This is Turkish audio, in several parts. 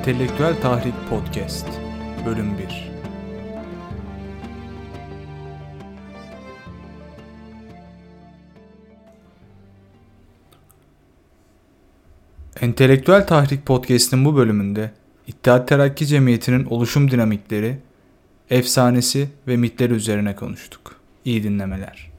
Entelektüel Tahrik Podcast Bölüm 1. Entelektüel Tahrik Podcast'in bu bölümünde İttihat Terakki Cemiyeti'nin oluşum dinamikleri, efsanesi ve mitleri üzerine konuştuk. İyi dinlemeler.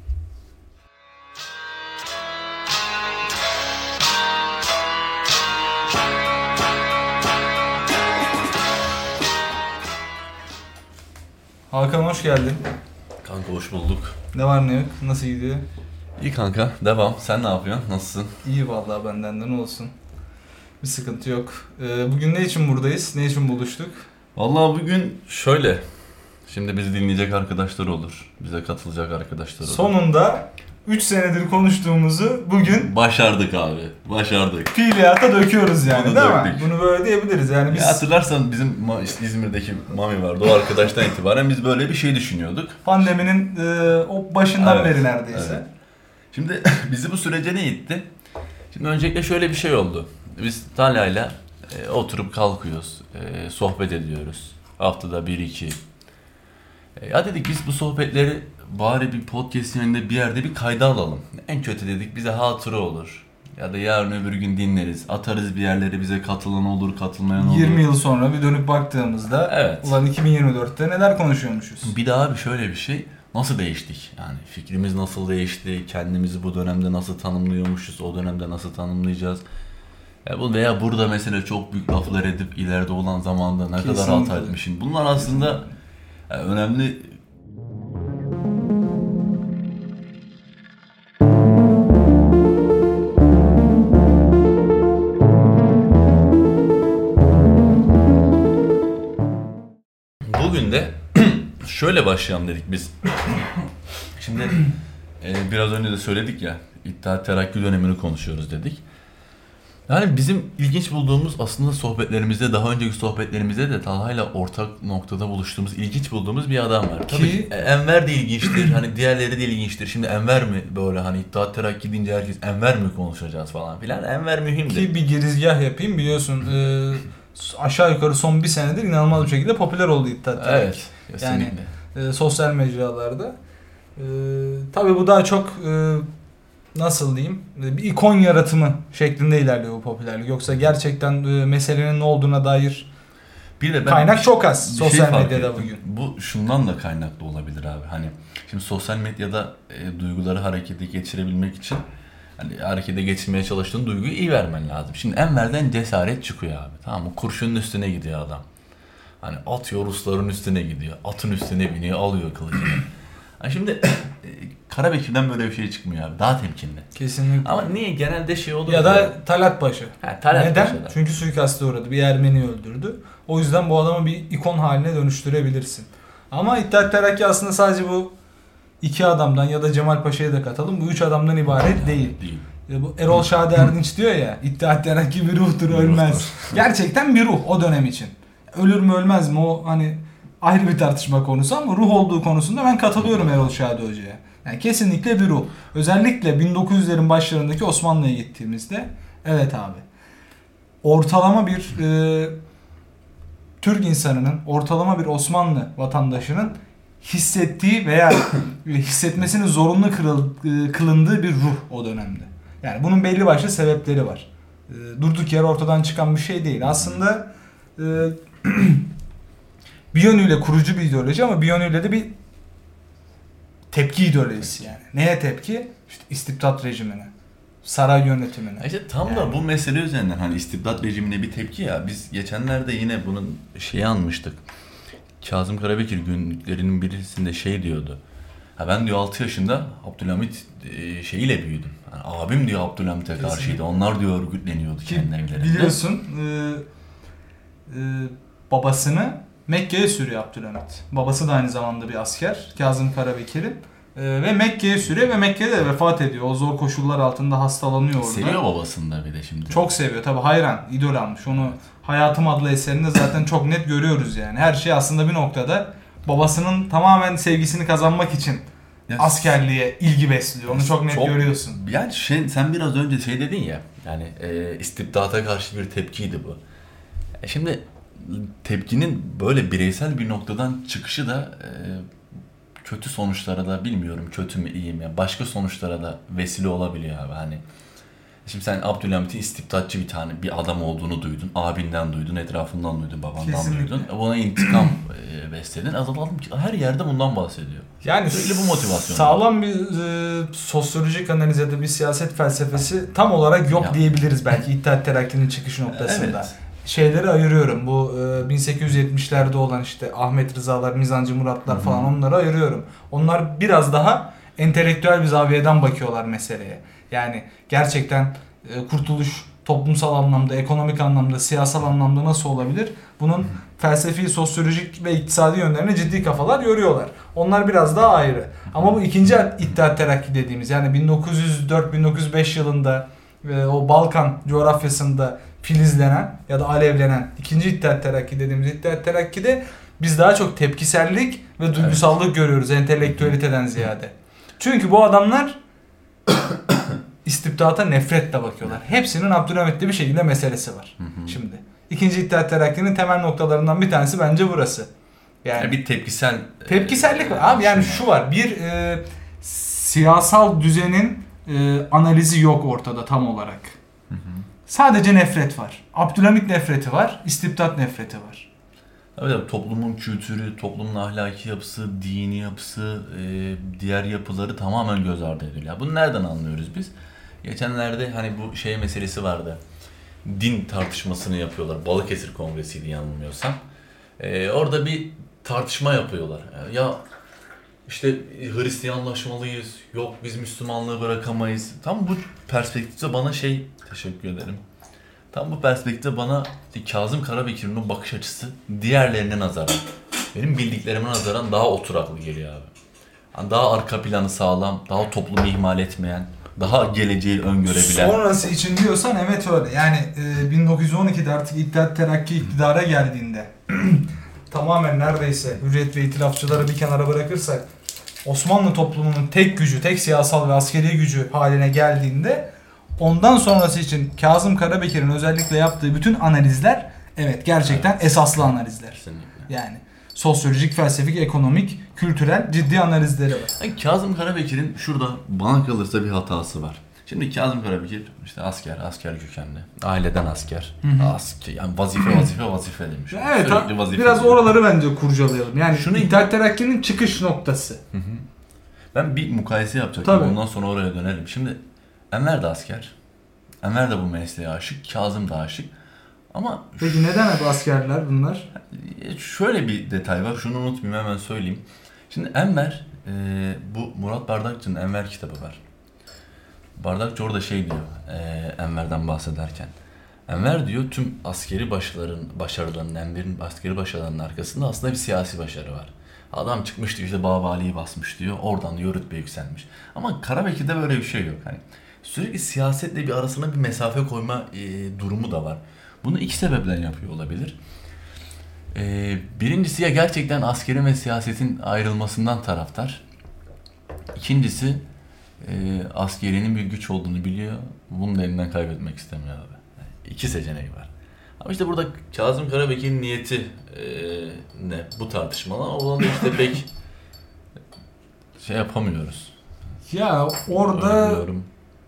Hakan hoş geldin. Kanka hoş bulduk. Ne var ne yok? Nasıl gidiyor? İyi kanka, devam. Sen ne yapıyorsun? Nasılsın? İyi vallahi benden de ne olsun. Bir sıkıntı yok. Bugün ne için buradayız? Ne için buluştuk? Vallahi bugün şöyle. Şimdi bizi dinleyecek arkadaşlar olur. Bize katılacak arkadaşlar olur. Sonunda 3 senedir konuştuğumuzu bugün Başardık abi. Başardık. fiiliyata döküyoruz yani Bunu değil döktük. mi? Bunu böyle diyebiliriz. Yani biz Ya hatırlarsan bizim İzmir'deki Mami vardı. O arkadaştan itibaren biz böyle bir şey düşünüyorduk. pandeminin o başından Evet, beri neredeyse. evet. Şimdi bizi bu sürece ne itti? Şimdi öncelikle şöyle bir şey oldu. Biz Talya'yla oturup kalkıyoruz. Sohbet ediyoruz. Haftada 1-2. Ya dedik biz bu sohbetleri bari bir podcast yayında bir yerde bir kayda alalım. En kötü dedik bize hatıra olur. Ya da yarın öbür gün dinleriz. Atarız bir yerlere, bize katılan olur, katılmayan olur. 20 yıl sonra bir dönüp baktığımızda Evet. ulan 2024'te neler konuşuyormuşuz? Bir daha şöyle bir şey. Nasıl değiştik? Yani fikrimiz nasıl değişti? Kendimizi bu dönemde nasıl tanımlıyormuşuz? O dönemde nasıl tanımlayacağız? Veya burada mesela çok büyük laflar edip ileride olan zamanda ne kadar Kesinlikle. hata etmişim. Bunlar aslında önemli. Bugün de şöyle başlayalım dedik biz. Şimdi biraz önce de söyledik ya, İttihat Terakki dönemini konuşuyoruz dedik. Yani bizim ilginç bulduğumuz aslında sohbetlerimizde, daha önceki sohbetlerimizde de Talha'yla ortak noktada buluştuğumuz, ilginç bulduğumuz bir adam var. Tabii ki Enver de ilginçtir, hani diğerleri de ilginçtir. Şimdi Enver mi böyle hani İttihat Terakki deyince herkes Enver mi konuşacağız falan filan. Enver mühimdir. Ki bir girizgah yapayım biliyorsun aşağı yukarı son bir senedir inanılmaz bir şekilde popüler oldu İttihat Terakki. Evet, kesinlikle. Yani sosyal mecralarda. Tabii bu daha çok nasıl diyeyim bir ikon yaratımı şeklinde ilerliyor bu popülerlik. Yoksa gerçekten meselenin ne olduğuna dair Bir de ben kaynak çok az bir sosyal fark medyada ettim. bugün. Bu şundan da kaynaklı olabilir abi. Hani şimdi sosyal medyada duyguları harekete geçirebilmek için hani harekete geçirmeye çalıştığın duyguyu iyi vermen lazım. Şimdi Enver'den cesaret çıkıyor abi. Tamam mı? Kurşunun üstüne gidiyor adam. Hani atıyor Rusların üstüne gidiyor. Atın üstüne biniyor, alıyor kılıcını. Hani şimdi Karabekir'den böyle bir şey çıkmıyor abi. Daha temkinli. Kesinlikle. Ama niye? Genelde şey olur. Ya da Talat Paşa. Talat Neden? Paşa'da. Çünkü suikaste uğradı. Bir Ermeni öldürdü. O yüzden bu adamı bir ikon haline dönüştürebilirsin. Ama İttihat Terakki aslında sadece bu iki adamdan ya da Cemal Paşa'ya da katalım. Bu üç adamdan ibaret değil. Bu Erol Şadi Erdinç diyor ya, İttihat Terakki bir ruhtur, ölmez. Gerçekten bir ruh o dönem için. Ölür mü ölmez mi o hani ayrı bir tartışma konusu ama ruh olduğu konusunda ben katılıyorum Erol Şadi Hoca'ya. Yani kesinlikle bir ruh. Özellikle 1900'lerin başlarındaki Osmanlı'ya gittiğimizde evet abi. Ortalama bir Türk insanının, ortalama bir Osmanlı vatandaşının hissettiği veya hissetmesinin zorunlu kılındığı bir ruh o dönemde. Yani bunun belli başlı sebepleri var. Durduk yere ortadan çıkan bir şey değil. Aslında bir yönüyle kurucu bir ideoloji ama bir yönüyle de bir tepki ideolojisi yani. Neye tepki? İşte istibdat rejimine, saray yönetimine. İşte tam da bu mesele üzerinden hani istibdat rejimine bir tepki ya. Biz geçenlerde yine bunun şeyi almıştık. Kazım Karabekir günlüklerinin birisinde şey diyordu. Ben diyor 6 yaşında Abdülhamit şeyiyle büyüdüm. Yani abim diyor Abdülhamit'e karşıydı. Onlar diyor örgütleniyordu kendi evlerinde. Biliyorsun babasını Mekke'ye sürüyor Abdülhamit. Babası da aynı zamanda bir asker. Kazım Karabekir'in. Ve Mekke'ye sürüyor ve Mekke'de de vefat ediyor. O zor koşullar altında hastalanıyor orada. Seviyor babasını da bir de şimdi. Çok seviyor tabii, hayran, idol almış. Onu Hayatım adlı eserinde zaten çok net görüyoruz yani. Her şey aslında bir noktada babasının tamamen sevgisini kazanmak için askerliğe ilgi besliyor. Onu çok net görüyorsun. Yani sen biraz önce şey dedin ya, yani istibdata karşı bir tepkiydi bu. Şimdi tepkinin böyle bireysel bir noktadan çıkışı da kötü sonuçlara da, bilmiyorum kötü mü iyi mi, başka sonuçlara da vesile olabiliyor abi. Hani şimdi sen Abdülhamit'in istibdatçı bir adam olduğunu duydun. Abinden duydun, etrafından duydun, babandan Kesinlikle. duydun. Buna intikam besledin. Adam her yerde bundan bahsediyor. Yani Sürekli bu motivasyon. sağlam bir sosyolojik analiz ya da bir siyaset felsefesi tam olarak yok Ya. diyebiliriz belki İttihat Terakki'nin çıkış noktasında. Evet. Şeyleri ayırıyorum. Bu 1870'lerde olan işte Ahmet Rızalar, Mizancı Muratlar falan, onları ayırıyorum. Onlar biraz daha entelektüel bir zaviyeden bakıyorlar meseleye. Yani gerçekten kurtuluş toplumsal anlamda, ekonomik anlamda, siyasal anlamda nasıl olabilir? Bunun felsefi, sosyolojik ve iktisadi yönlerine ciddi kafalar yoruyorlar. Onlar biraz daha ayrı. Ama bu ikinci İttihat Terakki dediğimiz, yani 1904-1905 yılında o Balkan coğrafyasında filizlenen ya da alevlenen ikinci İttihat Terakki dediğimiz İttihat Terakki'de biz daha çok tepkisellik ve duygusallık görüyoruz entelektüeliteden ziyade. Çünkü bu adamlar istibdata nefretle bakıyorlar. Hepsinin Abdülhamit'te bir şekilde meselesi var. Şimdi ikinci İttihat Terakki'nin temel noktalarından bir tanesi bence burası. Yani bir tepkisellik var. Abi yani şu var. Bir siyasal düzenin analizi yok ortada tam olarak. Sadece nefret var. Abdülhamit nefreti var, istibdat nefreti var. Tabii toplumun kültürü, toplumun ahlaki yapısı, dini yapısı, diğer yapıları tamamen göz ardı ediliyor. Bunu nereden anlıyoruz biz? Geçenlerde hani bu şey meselesi vardı. Din tartışmasını yapıyorlar. Balıkesir Kongresi'ydi yanılmıyorsam. Orada bir tartışma yapıyorlar. Ya işte Hristiyanlaşmalıyız, yok biz Müslümanlığı bırakamayız. Tam bu perspektifte bana teşekkür ederim. Tam bu perspektifte bana Kazım Karabekir'in o bakış açısı diğerlerine nazaran, benim bildiklerime nazaran daha oturaklı geliyor abi. Yani daha arka planı sağlam, daha toplumu ihmal etmeyen, daha geleceği öngörebilen. Sonrası için diyorsan evet öyle. Yani 1912'de artık İttihat Terakki iktidara geldiğinde tamamen neredeyse Hürriyet ve İtilafçıları bir kenara bırakırsak Osmanlı toplumunun tek gücü, tek siyasal ve askeri gücü haline geldiğinde ondan sonrası için Kazım Karabekir'in özellikle yaptığı bütün analizler evet gerçekten esaslı analizler. Kesinlikle. Yani sosyolojik, felsefik, ekonomik, kültürel ciddi analizleri var. Yani Kazım Karabekir'in şurada bana kalırsa bir hatası var. Şimdi Kazım Karabekir işte asker kökenli. Aileden asker. Yani vazife demiş. Evet, Sürekli vazife biraz diyor. oraları bence kurcalayalım. Yani şunu İttihat Terakki'nin çıkış noktası. Ben bir mukayese yapacaktım. Tabii. Ondan sonra oraya dönelim. Şimdi Enver de asker. Enver de bu mesleğe aşık. Kazım da aşık. Ama Peki neden hep askerler bunlar? şöyle bir detay var. Şunu unutmayayım, hemen söyleyeyim. Şimdi Enver, bu Murat Bardakçı'nın Enver kitabı var. Bardakçı orada diyor Enver'den bahsederken. Enver diyor tüm askeri başarılarının, Enver'in askeri başarılarının arkasında aslında bir siyasi başarı var. Adam çıkmış diyor işte Babali'yi basmış diyor. Oradan diyor rütbe yükselmiş. Ama Karabekir'de böyle bir şey yok. Hani sürekli siyasetle bir arasına bir mesafe koyma durumu da var. Bunu iki sebepten yapıyor olabilir. Birincisi ya gerçekten askerin ve siyasetin ayrılmasından taraftar. İkincisi askerinin bir güç olduğunu biliyor. Bunu da elinden kaybetmek istemiyor abi. Yani iki seçeneği var. Ama işte burada Kazım Karabekir'in niyeti ne bu tartışmalar. Onu da işte pek yapamıyoruz. Ya orada Öyle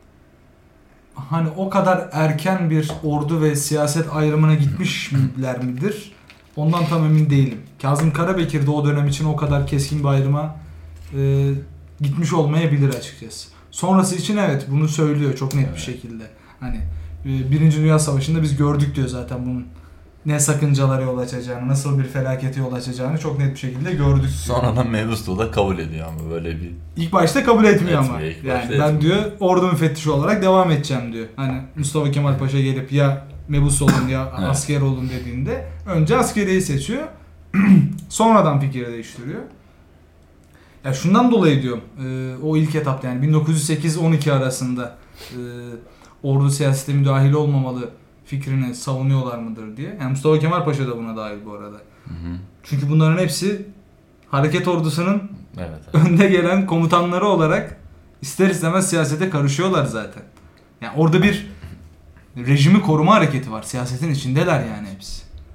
hani o kadar erken bir ordu ve siyaset ayrımına gitmişler midir? Ondan tam emin değilim. Kazım Karabekir de o dönem için o kadar keskin bir ayrıma gitmiş olmayabilir açıkçası. Sonrası için evet bunu söylüyor çok net bir şekilde. Hani Birinci Dünya Savaşı'nda biz gördük diyor zaten bunun ne sakıncalara yol açacağını, nasıl bir felakete yol açacağını çok net bir şekilde gördük. Sonradan Mevzustu da kabul ediyor ama böyle bir... İlk başta kabul etmiyor ama. Etmiyor, ilk Yani başta ben etmiyor. diyor ordu müfettişi olarak devam edeceğim diyor. Hani Mustafa Kemal Paşa gelip ya mebus olun ya Evet. asker olun dediğinde önce askeriyi seçiyor. Sonradan fikri değiştiriyor. Ya şundan dolayı diyorum. O ilk etapta yani 1908-12 arasında ordu siyasete müdahil olmamalı fikrini savunuyorlar mıdır diye. Yani Mustafa Kemal Paşa da buna dahil bu arada. Çünkü bunların hepsi hareket ordusunun Evet. önde gelen komutanları olarak ister istemez siyasete karışıyorlar zaten. Yani orada bir rejimi koruma hareketi var. Siyasetin içindeler yani hepsi.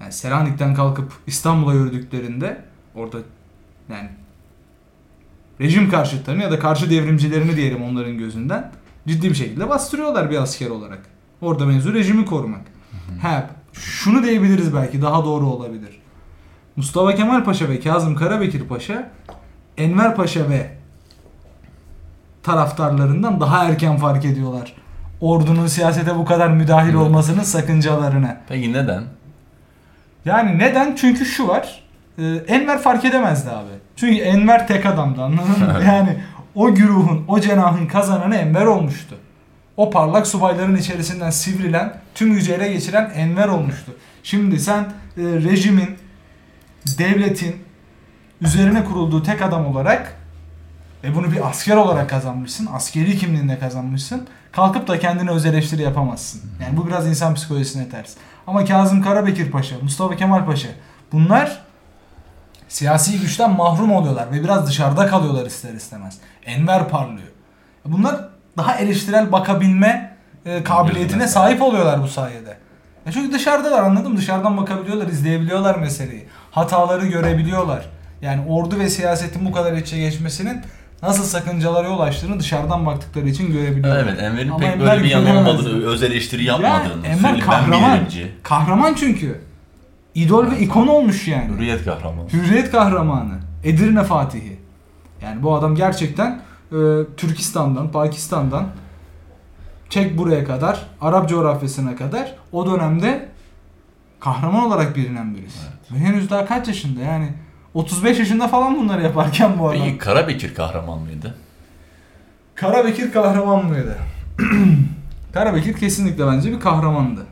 Yani Selanik'ten kalkıp İstanbul'a yürüdüklerinde orada yani rejim karşıtlarını ya da karşı devrimcilerini diyelim onların gözünden ciddi bir şekilde bastırıyorlar bir asker olarak. Orada mevzu rejimi korumak. Şunu diyebiliriz, belki daha doğru olabilir. Mustafa Kemal Paşa ve Kazım Karabekir Paşa Enver Paşa ve taraftarlarından daha erken fark ediyorlar ordunun siyasete bu kadar müdahil olmasının sakıncalarını. Peki neden? Yani neden? Çünkü şu var. Enver fark edemezdi abi. Çünkü Enver tek adamdı, anladın mı? Yani o güruhun, o cenahın kazananı Enver olmuştu. O parlak subayların içerisinden sivrilen, tüm gücü ele geçiren Enver olmuştu. Şimdi sen rejimin, devletin üzerine kurulduğu tek adam olarak ve bunu bir asker olarak kazanmışsın, askeri kimliğinde kazanmışsın, kalkıp da kendine öz eleştiri yapamazsın. Yani bu biraz insan psikolojisine ters. Ama Kazım Karabekir Paşa, Mustafa Kemal Paşa, bunlar siyasi güçten mahrum oluyorlar ve biraz dışarıda kalıyorlar ister istemez. Enver parlıyor. Bunlar daha eleştirel bakabilme kabiliyetine sahip oluyorlar bu sayede. Çünkü dışarıdalar, anladın mı? Dışarıdan bakabiliyorlar, izleyebiliyorlar meseleyi. Hataları görebiliyorlar. Yani ordu ve siyasetin bu kadar içe geçmesinin nasıl sakıncalara yol açtığını dışarıdan baktıkları için görebiliyorlar. Evet, Enver'in Ama pek Enver böyle bir yanı göremezdi. olmadığını, öz eleştiri yapmadığını. Enver Ben kahraman. birinci. Kahraman çünkü. İdol ve ikon olmuş yani. Hürriyet kahramanı. Hürriyet kahramanı. Edirne Fatihi. Yani bu adam gerçekten Türkistan'dan, Pakistan'dan çek buraya kadar, Arap coğrafyasına kadar o dönemde kahraman olarak bilinen birisi. Evet. Ve henüz daha kaç yaşında yani 35 yaşında falan bunları yaparken bu adam. Peki Karabekir kahraman mıydı? Karabekir kahraman mıydı? Karabekir kesinlikle bence bir kahramandı.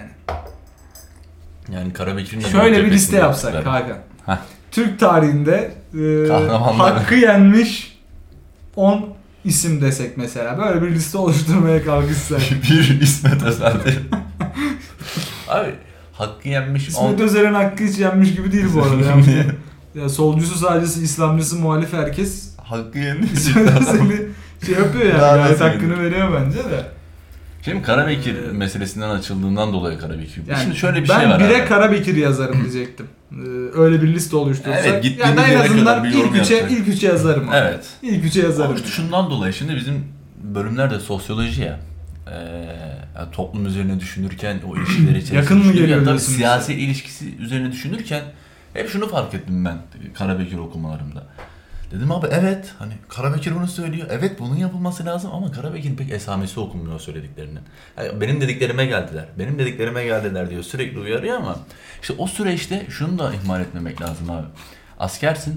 Yani Karabekir'in de Şöyle bir liste cephesinde yapsak yaptıkları. Hakan. Türk tarihinde Kahramanlar. hakkı yenmiş 10 isim desek mesela. Böyle bir liste oluşturmaya kalkışsak. Bir İsmet Özel'dir. Abi hakkı yenmiş İsmet Özel'in hakkı hiç yenmiş gibi değil bu arada. Yani, ya solcusu sadece İslamcısı muhalif herkes hakkı yenmiş. İsmet Özel'i şey yapıyor yani. Daha Gayet nasıl hakkını veriyor bence de. Şimdi Karabekir meselesinden açıldığından dolayı Karabekir. Yani Şimdi şöyle bir ben şey var. Ben abi. 1'e Karabekir yazarım diyecektim. Öyle bir liste oluşturursak. Evet, gittiğimiz yani en yere kadar azından bir yorum yapsak. ilk üçe yazarım. Abi. Evet. İlk üçe yazarım. Ama işte şundan dolayı şimdi bizim bölümlerde sosyoloji ya. Yani toplum üzerine düşünürken o ilişkileri içerisinde Yakın mı düşünürken, geliyor tabii diyorsun siyasi ilişkisi üzerine düşünürken hep şunu fark ettim ben Karabekir okumalarımda. Dedim abi evet hani Karabekir bunu söylüyor. Evet bunun yapılması lazım ama Karabekir'in pek esamesi okunmuyor söylediklerinin. Yani benim dediklerime geldiler. Benim dediklerime geldiler diyor. Sürekli uyarıyor ama işte o süreçte şunu da ihmal etmemek lazım abi. Askersin.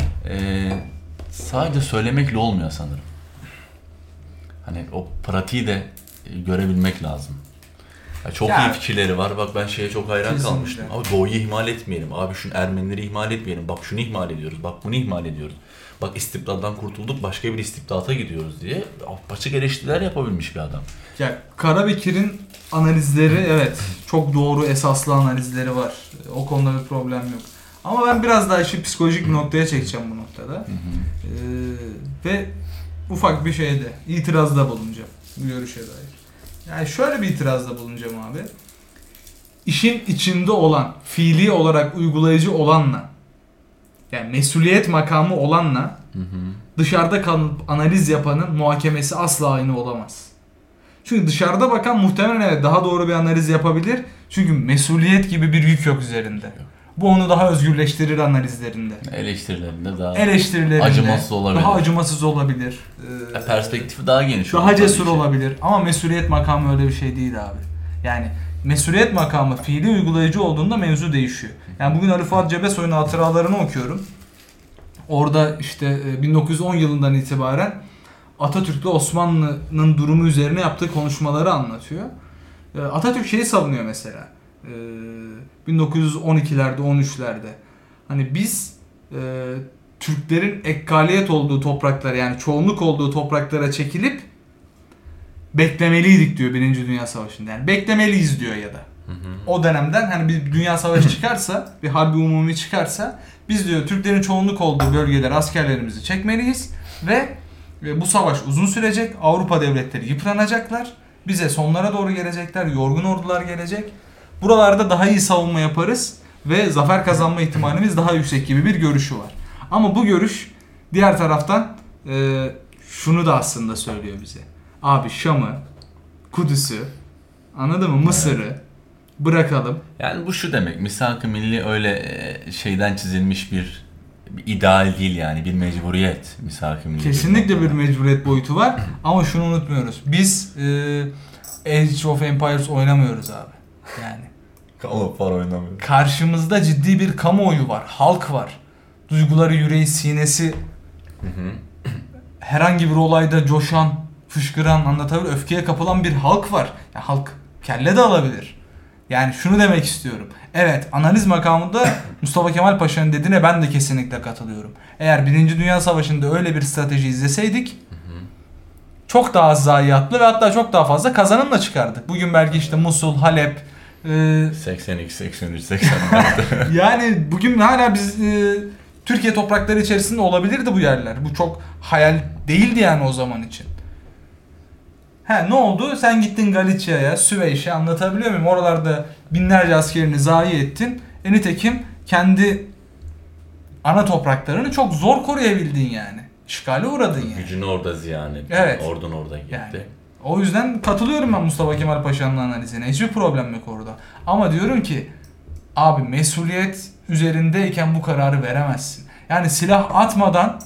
Sadece söylemekle olmuyor sanırım. Hani o pratiği de görebilmek lazım. Ya çok iyi fikirleri var. Bak ben şeye çok hayran Kesinlikle. kalmıştım. Abi Doğu'yu ihmal etmeyelim. Abi şunu Ermenileri ihmal etmeyelim. Bak şunu ihmal ediyoruz. Bak bunu ihmal ediyoruz. Bak istibdattan kurtulduk başka bir istibdata gidiyoruz diye açık eleştiriler yapabilmiş bir adam. Ya Karabekir'in analizleri evet çok doğru esaslı analizleri var. O konuda bir problem yok. Ama ben biraz daha işi psikolojik bir noktaya çekeceğim bu noktada. Ve ufak bir şeyde itirazda bulunacağım bu görüşe dair. Yani şöyle bir itirazda bulunacağım abi. İşin içinde olan, fiili olarak uygulayıcı olanla, yani mesuliyet makamı olanla dışarıda kalıp analiz yapanın muhakemesi asla aynı olamaz. Çünkü dışarıda bakan muhtemelen evet daha doğru bir analiz yapabilir. Çünkü mesuliyet gibi bir yük yok üzerinde. Bu onu daha özgürleştirir analizlerinde. Eleştirilerinde acımasız olabilir. Daha acımasız olabilir. Perspektifi daha geniş. Daha cesur olabilir. Ama mesuliyet makamı öyle bir şey değil abi. Yani mesuliyet makamı fiili uygulayıcı olduğunda mevzu değişiyor. Yani bugün Ali Fuat Cebesoy'un hatıralarını okuyorum. Orada işte 1910 yılından itibaren Atatürk'le Osmanlı'nın durumu üzerine yaptığı konuşmaları anlatıyor. Atatürk şeyi savunuyor mesela. 1912'lerde, 13'lerde. Hani biz Türklerin ekkaliyet olduğu topraklara yani çoğunluk olduğu topraklara çekilip beklemeliydik diyor 1. Dünya Savaşı'nda. Yani beklemeliyiz diyor ya da. O dönemden hani bir dünya savaşı çıkarsa, bir harbi umumi çıkarsa biz diyor Türklerin çoğunluk olduğu bölgelere askerlerimizi çekmeliyiz ve bu savaş uzun sürecek. Avrupa devletleri yıpranacaklar. Bize sonlara doğru gelecekler. Yorgun ordular gelecek. buralarda daha iyi savunma yaparız ve zafer kazanma ihtimalimiz daha yüksek gibi bir görüşü var. Ama bu görüş diğer taraftan şunu da aslında söylüyor bize. Abi Şam'ı, Kudüs'ü, anladın mı? Mısır'ı bırakalım. Yani bu şu demek, misak-ı milli öyle şeyden çizilmiş bir ideal değil yani, bir mecburiyet misak-ı milli. Kesinlikle bir mecburiyet boyutu var ama şunu unutmuyoruz. Biz Age of Empires oynamıyoruz abi. Yani. Kamu para oynamıyor. Karşımızda ciddi bir kamuoyu var, halk var. Duyguları, yüreği, sinesi herhangi bir olayda coşan, fışkıran, anlatabilir, öfkeye kapılan bir halk var. Yani halk kelle de alabilir. Yani şunu demek istiyorum. Evet, analiz makamında Mustafa Kemal Paşa'nın dediğine ben de kesinlikle katılıyorum. Eğer 1. Dünya Savaşı'nda öyle bir strateji izleseydik çok daha az zayiatlı ve hatta çok daha fazla kazanımla çıkardık. Bugün belki işte Musul, Halep, 82, 83, 84. yani bugün hala biz Türkiye toprakları içerisinde olabilirdi bu yerler. Bu çok hayal değildi yani o zaman için. Ne oldu? Sen gittin Galicia'ya, Süveyş'e, anlatabiliyor muyum? Oralarda binlerce askerini zayi ettin. Nitekim kendi ana topraklarını çok zor koruyabildin yani. İşgale uğradın yani. Gücünü orada ziyan etti. Evet. Ordun orada gitti. Yani, o yüzden katılıyorum ben Mustafa Kemal Paşa'nın analizine. Hiçbir problem yok orada. Ama diyorum ki abi mesuliyet üzerindeyken bu kararı veremezsin. Yani silah atmadan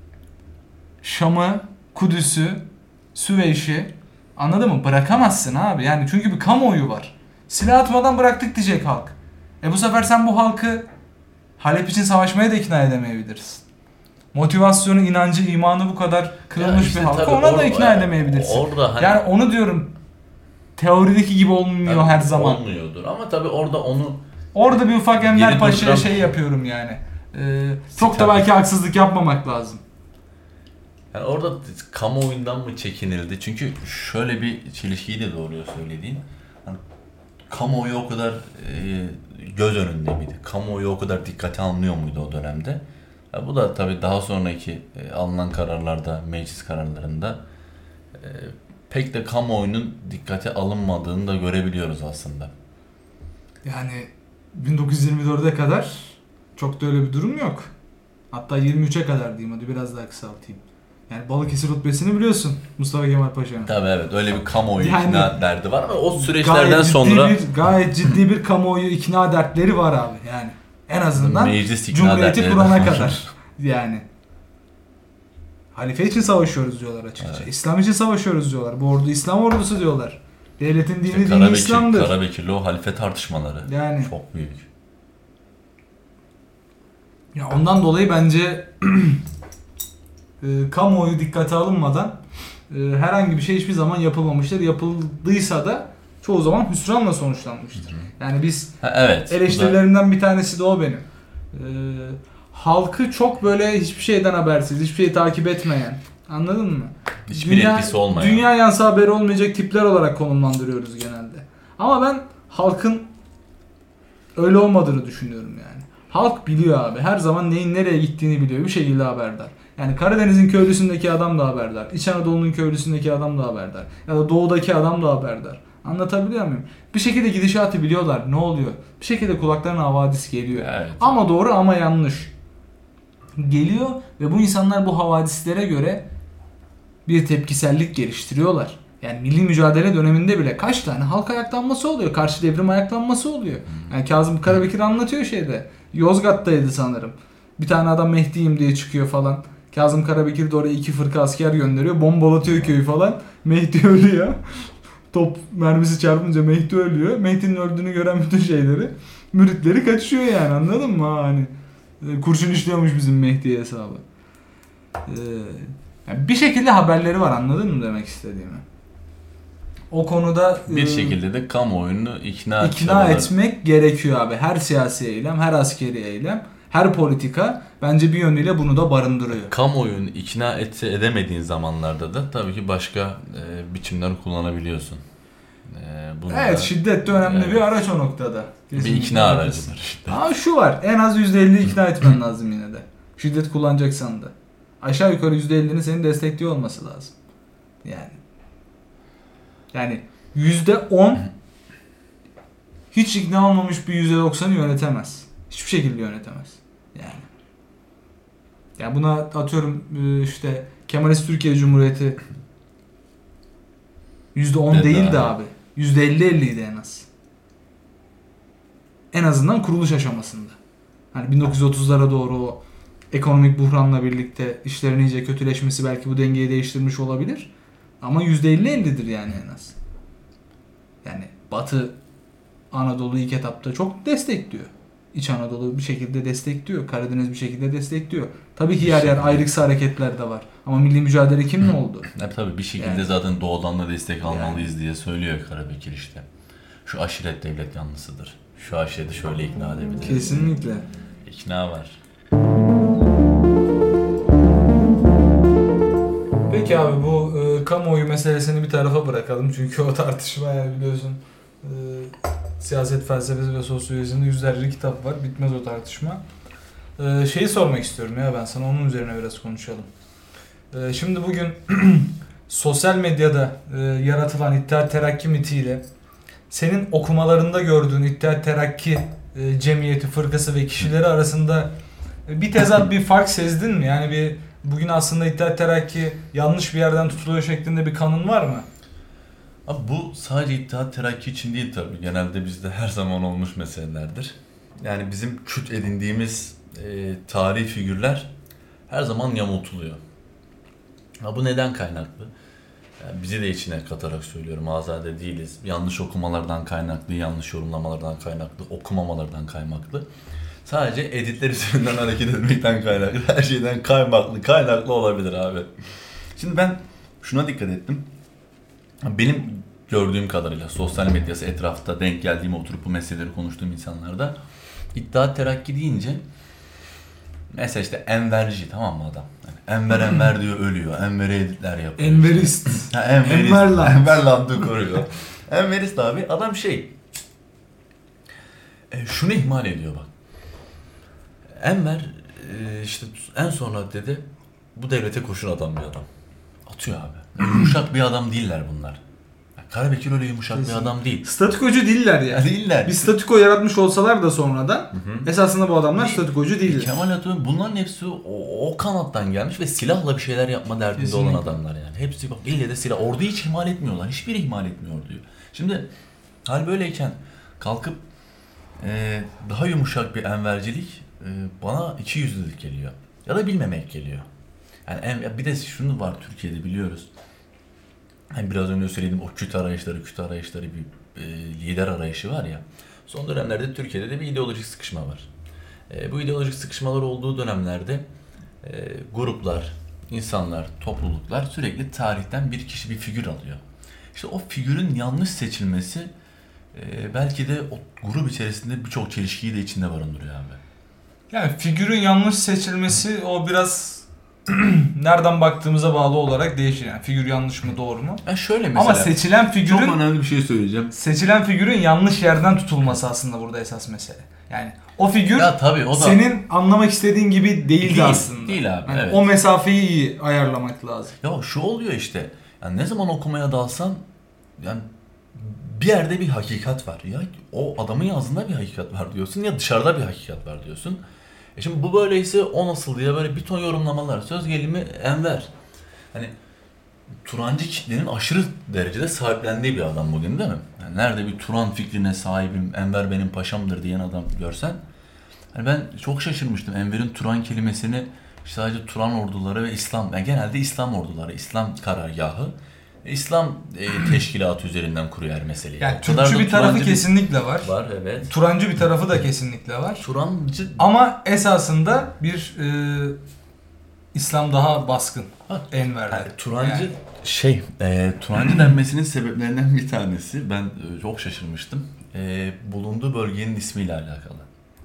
Şam'ı, Kudüs'ü, Süveyş'i, anladın mı? Bırakamazsın abi. Yani çünkü bir kamuoyu var. Silah atmadan bıraktık diyecek halk. Bu sefer sen bu halkı Halep için savaşmaya da ikna edemeyebilirsin. Motivasyonu, inancı, imanı bu kadar kırılmış işte bir halka ona da ikna edemeyebilirsin. Orada hani yani onu diyorum, teorideki gibi olmuyor her zaman. Olmuyordur ama tabii orada Orada bir ufak Enver Paşa'ya durduran... yapıyorum yani. Çok da belki haksızlık yapmamak lazım. Yani orada kamuoyundan mı çekinildi? Çünkü şöyle bir çelişkiyi de doğruyor söylediğin. Hani kamuoyu o kadar göz önünde miydi? Kamuoyu o kadar dikkate alınıyor muydu o dönemde? Bu da tabii daha sonraki alınan kararlarda, meclis kararlarında pek de kamuoyunun dikkate alınmadığını da görebiliyoruz aslında. Yani 1924'e kadar çok da öyle bir durum yok. Hatta 23'e kadar diyeyim, hadi biraz daha kısaltayım. Yani Balıkesir rutbesini biliyorsun Mustafa Kemal Paşa'nın. Tabii evet, öyle bir kamuoyu yani, ikna derdi var ama o süreçlerden sonra... Gayet ciddi bir kamuoyu ikna dertleri var abi yani. En azından Cumhuriyeti kurana kadar. Yani. Halife için savaşıyoruz diyorlar açıkça. Evet. İslam için savaşıyoruz diyorlar. Bu ordu İslam ordusu diyorlar. Devletin dini işte dini İslam'dır. Karabekirli o halife tartışmaları. Yani. Çok büyük. Ya ondan dolayı bence kamuoyu dikkate alınmadan herhangi bir şey hiçbir zaman yapılmamıştır. Yapıldıysa da çoğu zaman hüsranla sonuçlanmıştır. Yani biz eleştirilerinden bir tanesi de o benim. Halkı çok böyle hiçbir şeyden habersiz, hiçbir şeyi takip etmeyen, anladın mı? Hiçbir etkisi olmayan. Dünya yansı haberi olmayacak tipler olarak konumlandırıyoruz genelde. Ama ben halkın öyle olmadığını düşünüyorum yani. Halk biliyor abi. Her zaman neyin nereye gittiğini biliyor. Bir şekilde haberdar. Yani Karadeniz'in köylüsündeki adam da haberdar. İç Anadolu'nun köylüsündeki adam da haberdar. Ya da doğudaki adam da haberdar. Anlatabiliyor muyum? Bir şekilde gidişatı biliyorlar. Ne oluyor? Bir şekilde kulaklarına havadis geliyor. Evet. Ama doğru ama yanlış. Geliyor ve bu insanlar bu havadislere göre bir tepkisellik geliştiriyorlar. Yani milli mücadele döneminde bile kaç tane halk ayaklanması oluyor. Karşı devrim ayaklanması oluyor. Yani Kazım Karabekir anlatıyor şeyde. Yozgat'taydı sanırım. Bir tane adam Mehdi'yim diye çıkıyor falan. Kazım Karabekir de oraya 2 fırka asker gönderiyor. Bombalatıyor köyü falan. Mehdi ölüyor. Top mermisi çarpınca Mehdi ölüyor. Mehdi'nin öldüğünü gören bütün şeyleri, müritleri kaçışıyor yani, anladın mı? Hani kurşun işliyormuş bizim Mehdi hesabı. Yani bir şekilde haberleri var, anladın mı demek istediğimi? O konuda bir şekilde de kamuoyunu ikna etmek gerekiyor abi. Her siyasi eylem, her askeri eylem, her politika bence bir yönüyle bunu da barındırıyor. Kamuoyunu ikna edemediğin zamanlarda da tabii ki başka biçimler kullanabiliyorsun. Evet, şiddet de önemli bir araç o noktada. Kesinlikle bir ikna aracıdır işte. Ama şu var, en az %50 ikna etmen lazım yine de. Şiddet kullanacaksan da. Aşağı yukarı %50'nin seni destekliyor olması lazım. Yani %10 hiç ikna olmamış bir %90'ı yönetemez. Hiçbir şekilde yönetemez. Yani. Ya buna atıyorum işte Kemalist Türkiye Cumhuriyeti %10 Evet değildi abi. abi. %50-50'ydi en az. En azından kuruluş aşamasında. Hani 1930'lara doğru o ekonomik buhranla birlikte işlerin iyice kötüleşmesi belki bu dengeyi değiştirmiş olabilir. Ama %50-50'dir yani en az. Yani Batı Anadolu ilk etapta çok destekliyor. İç Anadolu bir şekilde destekliyor. Karadeniz bir şekilde destekliyor. Tabii ki yer yer ayrıksı hareketler de var. Ama milli mücadele kimle oldu? Tabii bir şekilde Yani. zaten doğudan da destek almalıyız diye söylüyor Karabekir işte. Şu aşiret devlet yanlısıdır. Şu aşireti şöyle ikna edebiliriz. Kesinlikle. İkna var. Peki abi bu kamuoyu meselesini bir tarafa bırakalım. Çünkü o tartışma yani biliyorsun siyaset felsefesi ve sosyolojisinde yüzlerce kitap var. Bitmez o tartışma. Şeyi sormak istiyorum ya ben sana onun üzerine biraz konuşalım. Şimdi bugün sosyal medyada yaratılan İttihat Terakki mitiyle senin okumalarında gördüğün İttihat Terakki cemiyeti, fırkası ve kişileri arasında bir tezat, bir fark sezdin mi? Yani bir bugün aslında İttihat Terakki yanlış bir yerden tutuluyor şeklinde bir kanın var mı? Abi bu sadece İttihat Terakki için değil tabii. Genelde bizde her zaman olmuş meselelerdir. Yani bizim küt edindiğimiz tarihi figürler her zaman yamultuluyor. Bu neden kaynaklı? Yani bizi de içine katarak söylüyorum. Azade değiliz. Yanlış okumalardan kaynaklı, yanlış yorumlamalardan kaynaklı, okumamalardan kaynaklı. Sadece editler üzerinden hareket etmekten kaynaklı. Her şeyden kaynaklı olabilir abi. Şimdi ben şuna dikkat ettim. Benim gördüğüm kadarıyla sosyal medyası etrafta denk geldiğim, oturup bu meseleleri konuştuğum insanlarda İttihat Terakki deyince mesela işte Enverci, tamam mı adam? Yani Enver diyor, ölüyor. Enver'e editler yapıyor. Enverist. İşte. Enverist. Enverland. Enverland'ı koruyor. Enverist abi adam şunu ihmal ediyor bak. Enver işte en sonra dedi bu devlete koşun atan bir adam. Atıyor abi. Yumuşak bir adam değiller bunlar. Karabekir öyle yumuşak bir adam değil. Statükocu değiller yani. Değiller. Bir statüko yaratmış olsalar da sonradan esasında bu adamlar statükocu değiller. Kemal Atatürk bunların hepsi o kanattan gelmiş ve silahla bir şeyler yapma derdinde Kesinlikle. olan adamlar yani. Hepsi bak ille de silah. Orduyu hiç ihmal etmiyorlar. Hiçbiri ihmal etmiyor orduyu. Şimdi hal böyleyken kalkıp daha yumuşak bir envercilik bana ikiyüzlülük geliyor. Ya da bilmemek geliyor. Yani bir de şunu var Türkiye'de biliyoruz. Hani biraz önce söylediğim o küt arayışları bir lider arayışı var ya. Son dönemlerde Türkiye'de de bir ideolojik sıkışma var. Bu ideolojik sıkışmalar olduğu dönemlerde gruplar, insanlar, topluluklar sürekli tarihten bir kişi bir figür alıyor. İşte o figürün yanlış seçilmesi belki de o grup içerisinde birçok çelişkiyi de içinde barındırıyor abi. Yani figürün yanlış seçilmesi o biraz nereden baktığımıza bağlı olarak değişir. Yani figür yanlış mı doğru mu? Yani şöyle mesela. Ama seçilen figürün çok önemli bir şey söyleyeceğim. Seçilen figürün yanlış yerden tutulması aslında burada esas mesele. Yani o figür ya tabii, o da senin anlamak istediğin gibi değildi aslında. Değil abi. Yani evet. o mesafeyi iyi ayarlamak lazım. Ya şu oluyor işte. Yani ne zaman okumaya dalsan yani bir yerde bir hakikat var. Ya o adamın yazdığında bir hakikat var diyorsun ya dışarıda bir hakikat var diyorsun. Şimdi bu böyleyse o nasıl diye böyle bir ton yorumlamalar. Söz gelimi Enver. Hani Turancı kitlenin aşırı derecede sahiplendiği bir adam bugün değil mi? Yani nerede bir Turan fikrine sahibim, Enver benim paşamdır diyen adam görsen. Yani ben çok şaşırmıştım. Enver'in Turan kelimesini sadece Turan orduları ve İslam, yani genelde İslam orduları, İslam karargahı, İslam teşkilatı üzerinden kuruyor her meseleyi. Yani Türkçü bir tarafı kesinlikle var. Var evet. Turancı bir tarafı da kesinlikle var. Turancı ama esasında bir İslam daha baskın Enver'den. Yani Turancı Turancı denmesinin sebeplerinden bir tanesi ben çok şaşırmıştım. Bulunduğu bölgenin ismiyle alakalı.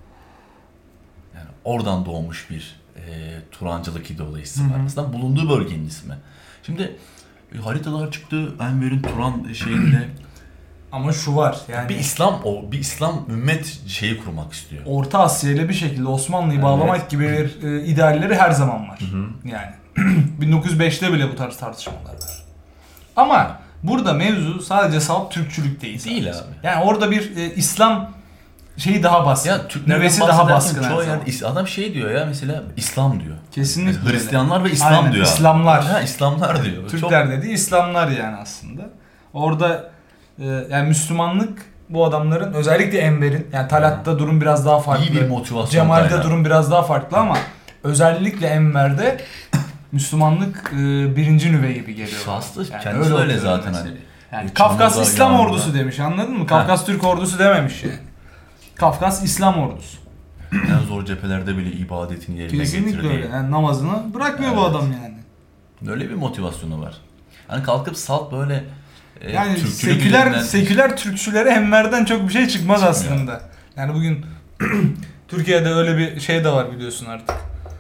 Yani oradan doğmuş bir Turancılık ideolojisi var. Aslında bulunduğu bölgenin ismi. Şimdi haritalar çıktı Enver'in Turan şeyinde. Ama şu var yani bir İslam ümmet şeyi kurmak istiyor. Orta Asya ile bir şekilde Osmanlı'yı bağlamak gibi bir idealleri her zaman var. Yani 1905'te bile bu tarz tartışmalar var. Ama Burada mevzu sadece salt Türkçülük değil. Değil sadece. abi. Yani orada bir İslam şeyi daha baskın. Ya Türklerden Nüvesi daha baskın. çoğu her zaman. yerde adam şey diyor ya, mesela İslam diyor. Kesinlikle Mesela Hristiyanlar ve İslam Aynen, diyor. abi. İslamlar. Ha, İslamlar diyor. Türkler dediği İslamlar yani aslında. Orada yani Müslümanlık bu adamların, özellikle Enver'in, yani Talat'ta durum biraz daha farklı. İyi bir motivasyon Cemal'de kaynağı. durum biraz daha farklı ama özellikle Enver'de Müslümanlık birinci nüve gibi geliyor. Şahsı Yani kendisi öyle okuyorum zaten mesela. hani. Yani Bu Kafkas Çamlıca İslam yağmurda. ordusu demiş, anladın mı? Kafkas Türk ordusu dememiş yani. Kafkas İslam ordusu. En zor cephelerde bile ibadetini yerine Kesinlikle getirdiği. öyle. Yani namazını bırakmıyor bu Evet. adam yani. Öyle bir motivasyonu var. Hani kalkıp salt böyle Yani Türkçülük seküler üzerinden- seküler Türkçülere Enver'den çok bir şey çıkmaz Çıkmıyor. aslında. Yani bugün Türkiye'de öyle bir şey de var biliyorsun artık.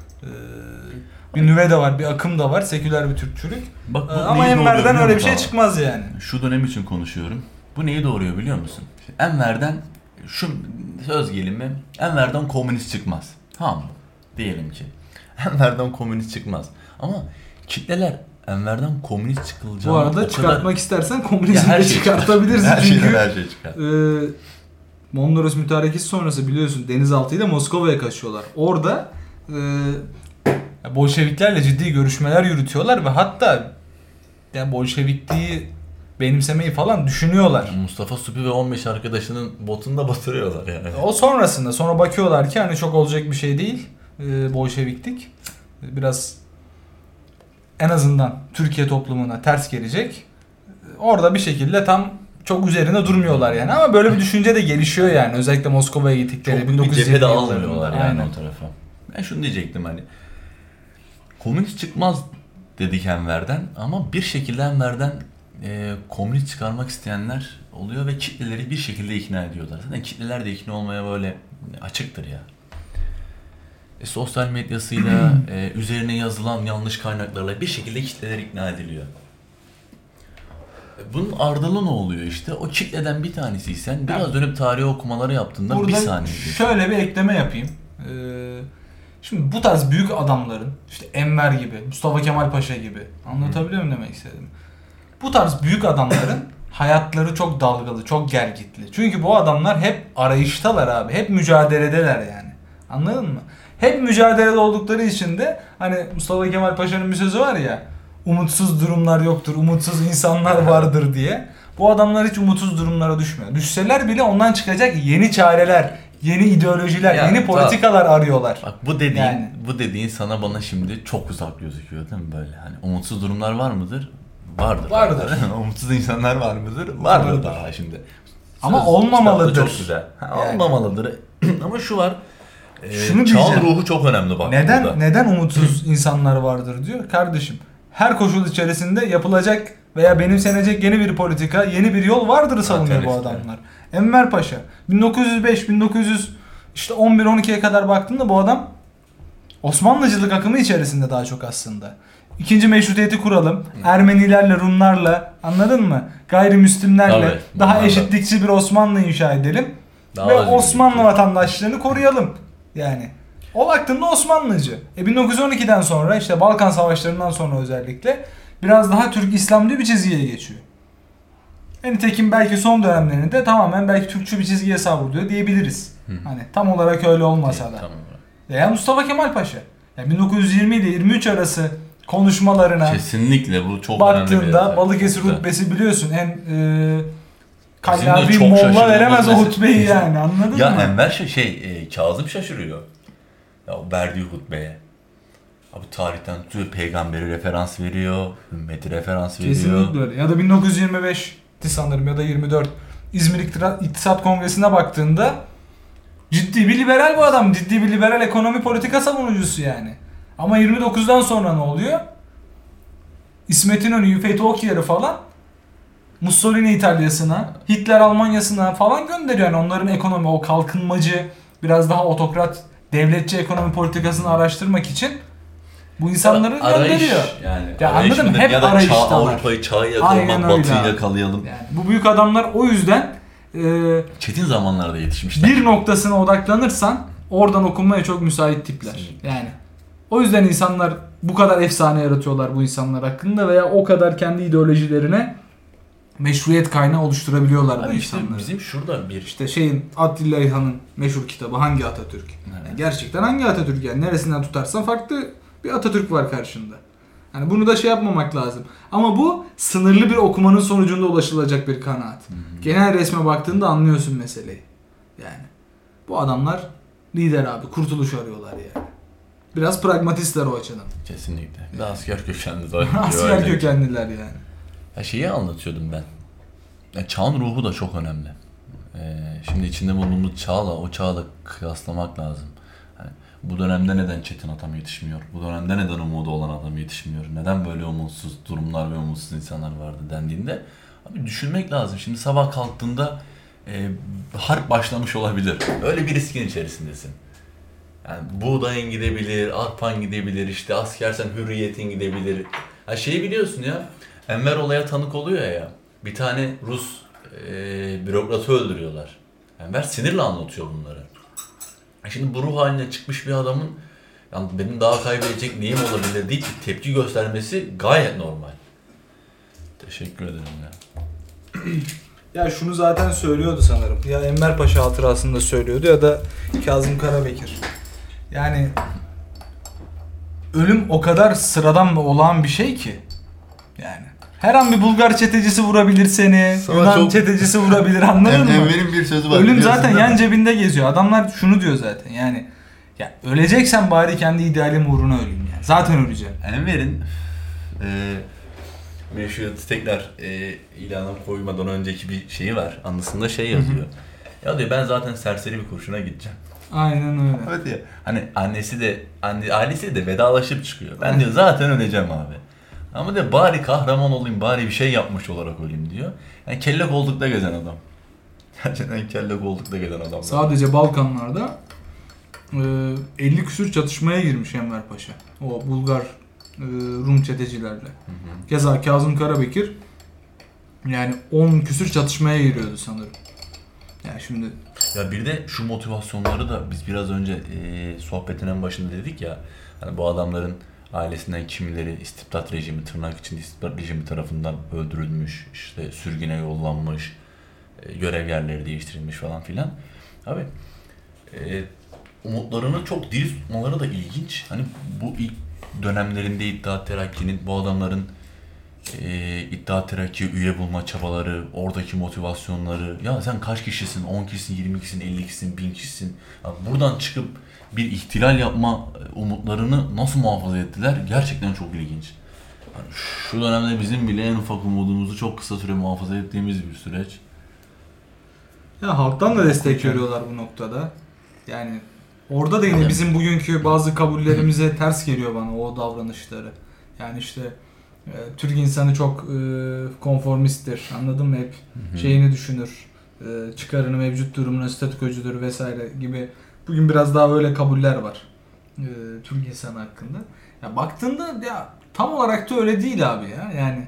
Bir nüve de var, bir akım da var, seküler bir Türkçülük. Bak, bu Ama neyi doğuruyor Enver'den biliyor öyle bir musun şey abi? çıkmaz yani. Şu dönem için konuşuyorum. Bu neyi doğuruyor biliyor musun? Enver'den şu söz gelimi, Enver'den komünist çıkmaz. Tamam mı? Diyelim ki. Enver'den komünist çıkmaz. Ama kitleler Enver'den komünist çıkılacağını Bu arada o kadar... çıkartmak istersen Ya komünizmi her de şey çıkartabilirsin çıkar. çünkü. Her şey çıkar. Mondros mütarekesi sonrası biliyorsun denizaltıyla Moskova'ya kaçıyorlar. Orada Bolşeviklerle ciddi görüşmeler yürütüyorlar ve hatta yani Bolşevikliği benimsemeyi falan düşünüyorlar. Mustafa Supi ve 15 arkadaşının botunu da batırıyorlar yani. O sonrasında sonra bakıyorlar ki hani çok olacak bir şey değil Bolşeviklik. Biraz en azından Türkiye toplumuna ters gelecek. Orada bir şekilde tam çok üzerine durmuyorlar yani, ama böyle bir düşünce de gelişiyor yani, özellikle Moskova'ya gittikleri Çok büyük bir cephe 1920 de yıllarında. almıyorlar yani Aynen. o tarafa. Ben şunu diyecektim hani. Komünist çıkmaz dedik Enver'den ama bir şekilde Enver'den komünist çıkarmak isteyenler oluyor ve kitleleri bir şekilde ikna ediyorlar. Zaten kitleler de ikna olmaya böyle açıktır ya. Sosyal medyasıyla, üzerine yazılan yanlış kaynaklarla bir şekilde kitleler ikna ediliyor. Bunun ardılı ne oluyor işte? O kitleden bir tanesiysen biraz dönüp tarih okumaları yaptığında bir Burada saniye geçiyor. şöyle bir ekleme yapayım. Şimdi bu tarz büyük adamların, işte Enver gibi, Mustafa Kemal Paşa gibi, anlatabiliyor muyum demek istedim? Bu tarz büyük adamların hayatları çok dalgalı, çok gergitli. Çünkü bu adamlar hep arayıştalar abi, hep mücadeledeler yani. Anladın mı? Hep mücadelede oldukları için de hani Mustafa Kemal Paşa'nın bir sözü var ya, umutsuz durumlar yoktur, umutsuz insanlar vardır diye. Bu adamlar hiç umutsuz durumlara düşmüyor. Düşseler bile ondan çıkacak yeni çareler, yeni ideolojiler, Ya, yeni politikalar arıyorlar. Bak bu Yani. dediğin sana bana şimdi çok uzak gözüküyor değil mi böyle? Hani umutsuz durumlar var mıdır? Vardır. Vardır. Umutsuz insanlar var mıdır? Vardır Vardır. daha şimdi. Ama Söz, olmamalıdır. kitapta çok güzel. Yani. Olmamalıdır. Ama şu var. Şunu çağın diyeceğim. ruhu çok önemli bak Neden burada. neden umutsuz insanlar vardır diyor kardeşim. Her koşul içerisinde yapılacak veya benimsenecek yeni bir politika, yeni bir yol vardır savunuyor bu Alternatifler. adamlar. Enver Paşa 1905 11-12'ye kadar baktığında bu adam Osmanlıcılık akımı içerisinde daha çok aslında. İkinci meşrutiyeti kuralım. Ermenilerle, Rumlarla, anladın mı? Gayrimüslimlerle Tabii, daha bunlarla. eşitlikçi bir Osmanlı inşa edelim. Daha Ve özgür Osmanlı ülke. vatandaşlığını koruyalım. Yani o baktığında Osmanlıcı. 1912'den sonra işte Balkan Savaşları'ndan sonra özellikle biraz daha Türk İslamcı bir çizgiye geçiyor. Nitekim belki son dönemlerinde tamamen belki Türkçü bir çizgiye savruluyor diyebiliriz. Hani tam olarak öyle olmasa da. Tamam. Veya Mustafa Kemal Paşa. Yani 1920 ile 23 arası konuşmalarına Kesinlikle bu çok önemli bir baktığında yer. Balıkesir Güzel. hutbesi biliyorsun en Bizim de kallavi çok molla şaşırdığımız veremez o mesela. hutbeyi yani, anladın Ya mı? Enver Kazım şaşırıyor. Ya o verdiği hutbeye. Abi tarihten tutuyor, peygamberi referans veriyor, ümmeti referans veriyor. Kesinlikle öyle. Ya da 1925'ti sanırım ya da 24 İzmir İktisat Kongresi'ne baktığında ciddi bir liberal bu adam. Ciddi bir liberal ekonomi politika savunucusu yani. Ama 29'dan sonra ne oluyor? İsmet İnönü'yü, Fethi Okyar'ı falan Mussolini İtalya'sına, Hitler Almanya'sına falan gönderiyor. Yani onların ekonomi, o kalkınmacı, biraz daha otokrat, devletçi ekonomi politikasını araştırmak için bu insanları gönderiyor. Yani. Ya anladın mı? mıdır? Hep ya da arayıştalar. Avrupa'yı çağa Aynen yakalamak, öyle Batı'yı abi. yakalayalım. Yani bu büyük adamlar o yüzden Çetin zamanlarda yetişmişler. bir noktasına odaklanırsan oradan okunmaya çok müsait tipler. Kesinlikle. Yani o yüzden insanlar bu kadar efsane yaratıyorlar bu insanlar hakkında veya o kadar kendi ideolojilerine meşruiyet kaynağı oluşturabiliyorlar bu Abi işte insanları. bizim şurada bir İşte Atilla İlhan'ın meşhur kitabı Hangi Atatürk? Evet. Yani gerçekten hangi Atatürk yani? Neresinden tutarsan farklı bir Atatürk var karşında. Yani bunu da şey yapmamak lazım. Ama bu sınırlı bir okumanın sonucunda ulaşılacak bir kanaat. Genel resme baktığında anlıyorsun meseleyi. Yani bu adamlar lider abi. Kurtuluş arıyorlar yani. Biraz pragmatistler o açıdan. kesinlikle. Bir de asker kökenli de. Asker kökenliler yani. Ya şeyi anlatıyordum ben. Ya çağın ruhu da çok önemli. Şimdi içinde bulunduğumuz çağla o çağla kıyaslamak lazım. Yani bu dönemde neden Çetin Atam yetişmiyor? Bu dönemde neden umudu olan adam yetişmiyor? Neden böyle umutsuz durumlar ve umutsuz insanlar vardı dendiğinde abi düşünmek lazım. Şimdi sabah kalktığında harp başlamış olabilir. Öyle bir riskin içerisindesin. Yani buğdayın gidebilir, arpan gidebilir, işte askersen hürriyetin gidebilir. Ha şeyi biliyorsun ya, Enver olaya tanık oluyor ya. Bir tane Rus bürokratı öldürüyorlar. Enver sinirle anlatıyor bunları. Şimdi bu ruh haline çıkmış bir adamın yani benim daha kaybedecek neyim olabilir deyip bir tepki göstermesi gayet normal. Teşekkür ederim ya. Ya şunu zaten söylüyordu sanırım. Ya Enver Paşa hatırasında söylüyordu ya da Kazım Karabekir. Yani ölüm o kadar sıradan ve olağan bir şey ki. Yani her an bir Bulgar çetecisi vurabilir seni. Sana Yunan çok- çetecisi vurabilir, anladın mı? Enver'in bir sözü var. Ölüm biliyorsun zaten değil yan mi? cebinde geziyor. Adamlar şunu diyor zaten yani. Ya öleceksen bari kendi idealim uğruna öleyim yani. Zaten öleceğim. Enver'in meşhur tekrar ilana koymadan önceki bir şeyi var. Anısında şey yazıyor. Ya diyor ben zaten serseri bir kurşuna gideceğim. Aynen öyle. Evet ya. Hani ailesi de vedalaşıp çıkıyor. Ben diyor zaten öleceğim abi. Ama de bari kahraman olayım, bari bir şey yapmış olarak öleyim diyor. Yani kelle kollukta gezen adam. Gerçekten kelle kollukta gezen adam. Sadece Balkanlarda 50 küsür çatışmaya girmiş Enver Paşa. O Bulgar Rum çetecilerle. Keza Kazım Karabekir yani 10 küsür çatışmaya giriyordu sanırım. Yani şimdi Ya bir de şu motivasyonları da biz biraz önce sohbetin en başında dedik ya. Hani bu adamların ailesinden kimileri istibdat rejimi, tırnak içinde istibdat rejimi tarafından öldürülmüş, işte sürgüne yollanmış, görev yerleri değiştirilmiş falan filan. Abi umutlarını çok diri tutmaları da ilginç. Hani bu ilk dönemlerinde İttihat Terakki'nin bu adamların İttihat Terakki üye bulma çabaları, oradaki motivasyonları. Ya sen kaç kişisin? 10 kişisin, 20 kişisin, 50 kişisin, 1000 kişisin. Ya buradan çıkıp bir ihtilal yapma umutlarını nasıl muhafaza ettiler? Gerçekten çok ilginç. Yani şu dönemde bizim bile en ufak umudumuzu çok kısa süre muhafaza ettiğimiz bir süreç. ya halktan da destek görüyorlar bu noktada. Yani orada da yine Evet. bizim bugünkü bazı kabullerimize ters geliyor bana o davranışları. Yani işte Türk insanı çok konformisttir. Anladın mı? Hep şeyini düşünür. Çıkarını, mevcut durumunu, statükocudur vesaire gibi. Bugün biraz daha öyle kabuller var. Türk insanı hakkında. Ya baktığında ya tam olarak da öyle değil abi ya. Yani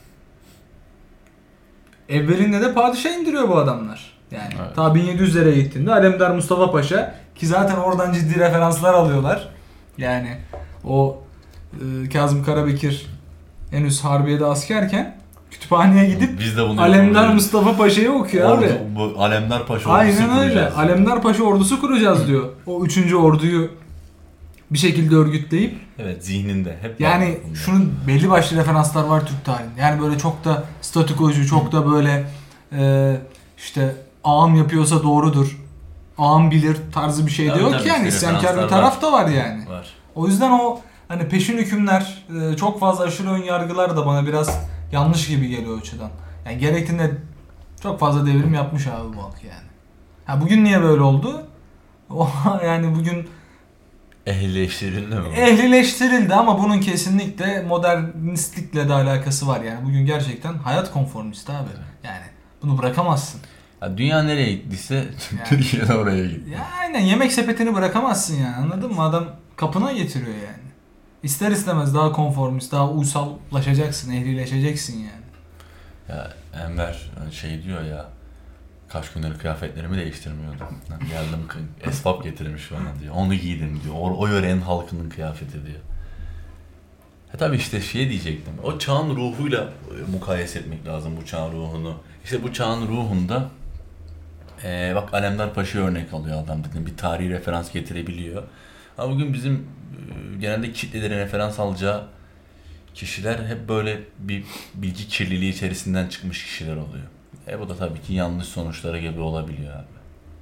evvelinde de padişah indiriyor bu adamlar. Yani Evet. ta 1700'lere gittiğinde Alemdar Mustafa Paşa ki zaten oradan ciddi referanslar alıyorlar. Yani o Kazım Karabekir henüz harbiyede askerken kütüphaneye gidip Biz de bunu Alemdar yapıyoruz. Mustafa Paşa'yı okuyor abi. Bu Alemdar Paşa ordusu Aynen öyle. kuracağız. Alemdar Paşa ordusu kuracağız diyor. O 3. orduyu bir şekilde örgütleyip Evet zihninde hep yani var bunda. şunun belli başlı referanslar var Türk tarihinde. Yani böyle çok da statükocu, çok da böyle işte ağam yapıyorsa doğrudur. Ağam bilir tarzı bir şey Tabii, de yok tabii, yani. işte İsyankar bir referanslar taraf da var yani. var. O yüzden o hani peşin hükümler, çok fazla aşırı ön yargılar da bana biraz yanlış gibi geliyor o açıdan. Yani gerektiğinde çok fazla devrim yapmış abi bu halk yani. Ha bugün niye böyle oldu? O yani bugün Ehlileştirildi mi? ehlileştirildi ama bunun kesinlikle modernistlikle de alakası var yani. Bugün gerçekten hayat konformisti abi. Yani bunu bırakamazsın. Ya dünya nereye gittiyse Yani. Türkiye de oraya gitti. Ya aynen yemek sepetini bırakamazsın yani, anladın mı? Adam kapına getiriyor yani. İster istemez daha konformist, daha uysallaşacaksın, ehlileşeceksin yani. Ya Enver şey diyor ya kaç gündür kıyafetlerimi değiştirmiyordum. Geldim esbab getirmiş bana diyor. Onu giydim diyor. O yörenin halkının kıyafeti diyor. Tabii işte şey diyecektim. O çağın ruhuyla mukayese etmek lazım bu çağın ruhunu. İşte bu çağın ruhunda bak Alemdar Paşa'yı örnek alıyor adam dedim. Bir tarihi referans getirebiliyor. Ama bugün bizim genelde kitlelerin referans alacağı kişiler hep böyle bir bilgi kirliliği içerisinden çıkmış kişiler oluyor. Bu da tabii ki yanlış sonuçlara gebe olabiliyor abi.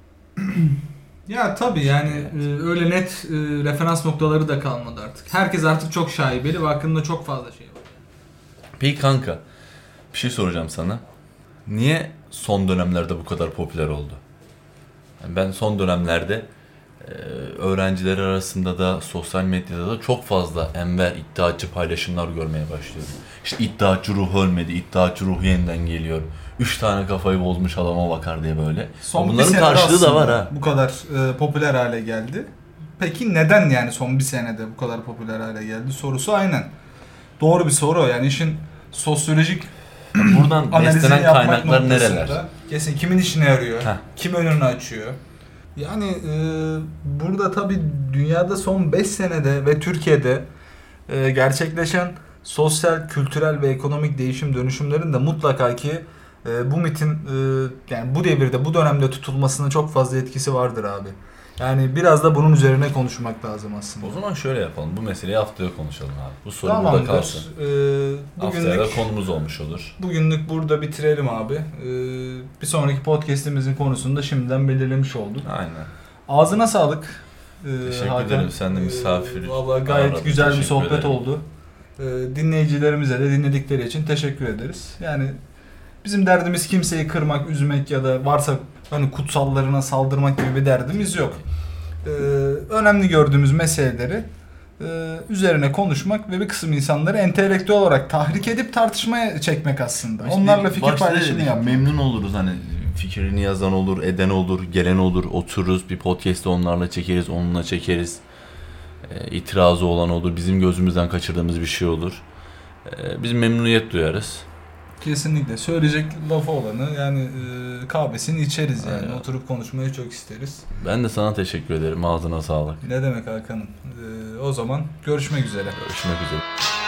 Ya tabii yani öyle net referans noktaları da kalmadı artık. Herkes artık çok şaibeli ve hakkında çok fazla şey var. Peki kanka, bir şey soracağım sana. Niye son dönemlerde bu kadar popüler oldu? Yani ben son dönemlerde öğrenciler arasında da sosyal medyada da çok fazla enver iddiaçı paylaşımlar görmeye başlıyorum. İşte iddiaçı ruh ölmedi, iddiaçı ruh yeniden geliyor. 3 tane kafayı bozmuş adama bakar diye böyle. Bunların karşılığı da var ha. Bu kadar popüler hale geldi. Peki neden yani son bir senede bu kadar popüler hale geldi sorusu aynen. Doğru bir soru o yani işin sosyolojik buradan beslenen kaynaklar nereler? Kesin kimin işine yarıyor? Heh. Kim önünü açıyor? Yani burada tabii dünyada son 5 senede ve Türkiye'de gerçekleşen sosyal, kültürel ve ekonomik değişim dönüşümlerin de mutlaka ki bu MİT'in yani bu devirde, bu dönemde tutulmasına çok fazla etkisi vardır abi. Yani biraz da bunun üzerine konuşmak lazım aslında. O zaman şöyle yapalım. Bu meseleyi haftaya konuşalım abi. Bu soru Tamamdır. burada kalsın. Haftaya da Bugünlük konumuz olmuş olur. Bugünlük burada bitirelim abi. Bir sonraki podcast'imizin konusunu da şimdiden belirlemiş olduk. Aynen. Ağzına sağlık. Teşekkür Hakan. ederim. Sen de misafir. Vallahi gayet aradın. güzel bir Teşekkür sohbet ederim. oldu. Dinleyicilerimize de dinledikleri için teşekkür ederiz. Yani bizim derdimiz kimseyi kırmak, üzmek ya da varsa hani kutsallarına saldırmak gibi bir derdimiz yok. Önemli gördüğümüz meseleleri üzerine konuşmak ve bir kısım insanları entelektüel olarak tahrik edip tartışmaya çekmek aslında. İşte onlarla fikir başta paylaşımı dedik, yapmak. memnun oluruz hani fikrini yazan olur, eden olur, gelen olur, otururuz bir podcast'te onlarla çekeriz, onunla çekeriz. İtirazı olan olur, bizim gözümüzden kaçırdığımız bir şey olur. Biz memnuniyet duyarız. Kesinlikle. Söyleyecek lafı olanı yani kahvesini içeriz yani. Aynen. Oturup konuşmayı çok isteriz. Ben de sana teşekkür ederim. Ağzına sağlık. Ne demek Hakan'ım. O zaman görüşmek üzere. Görüşmek üzere.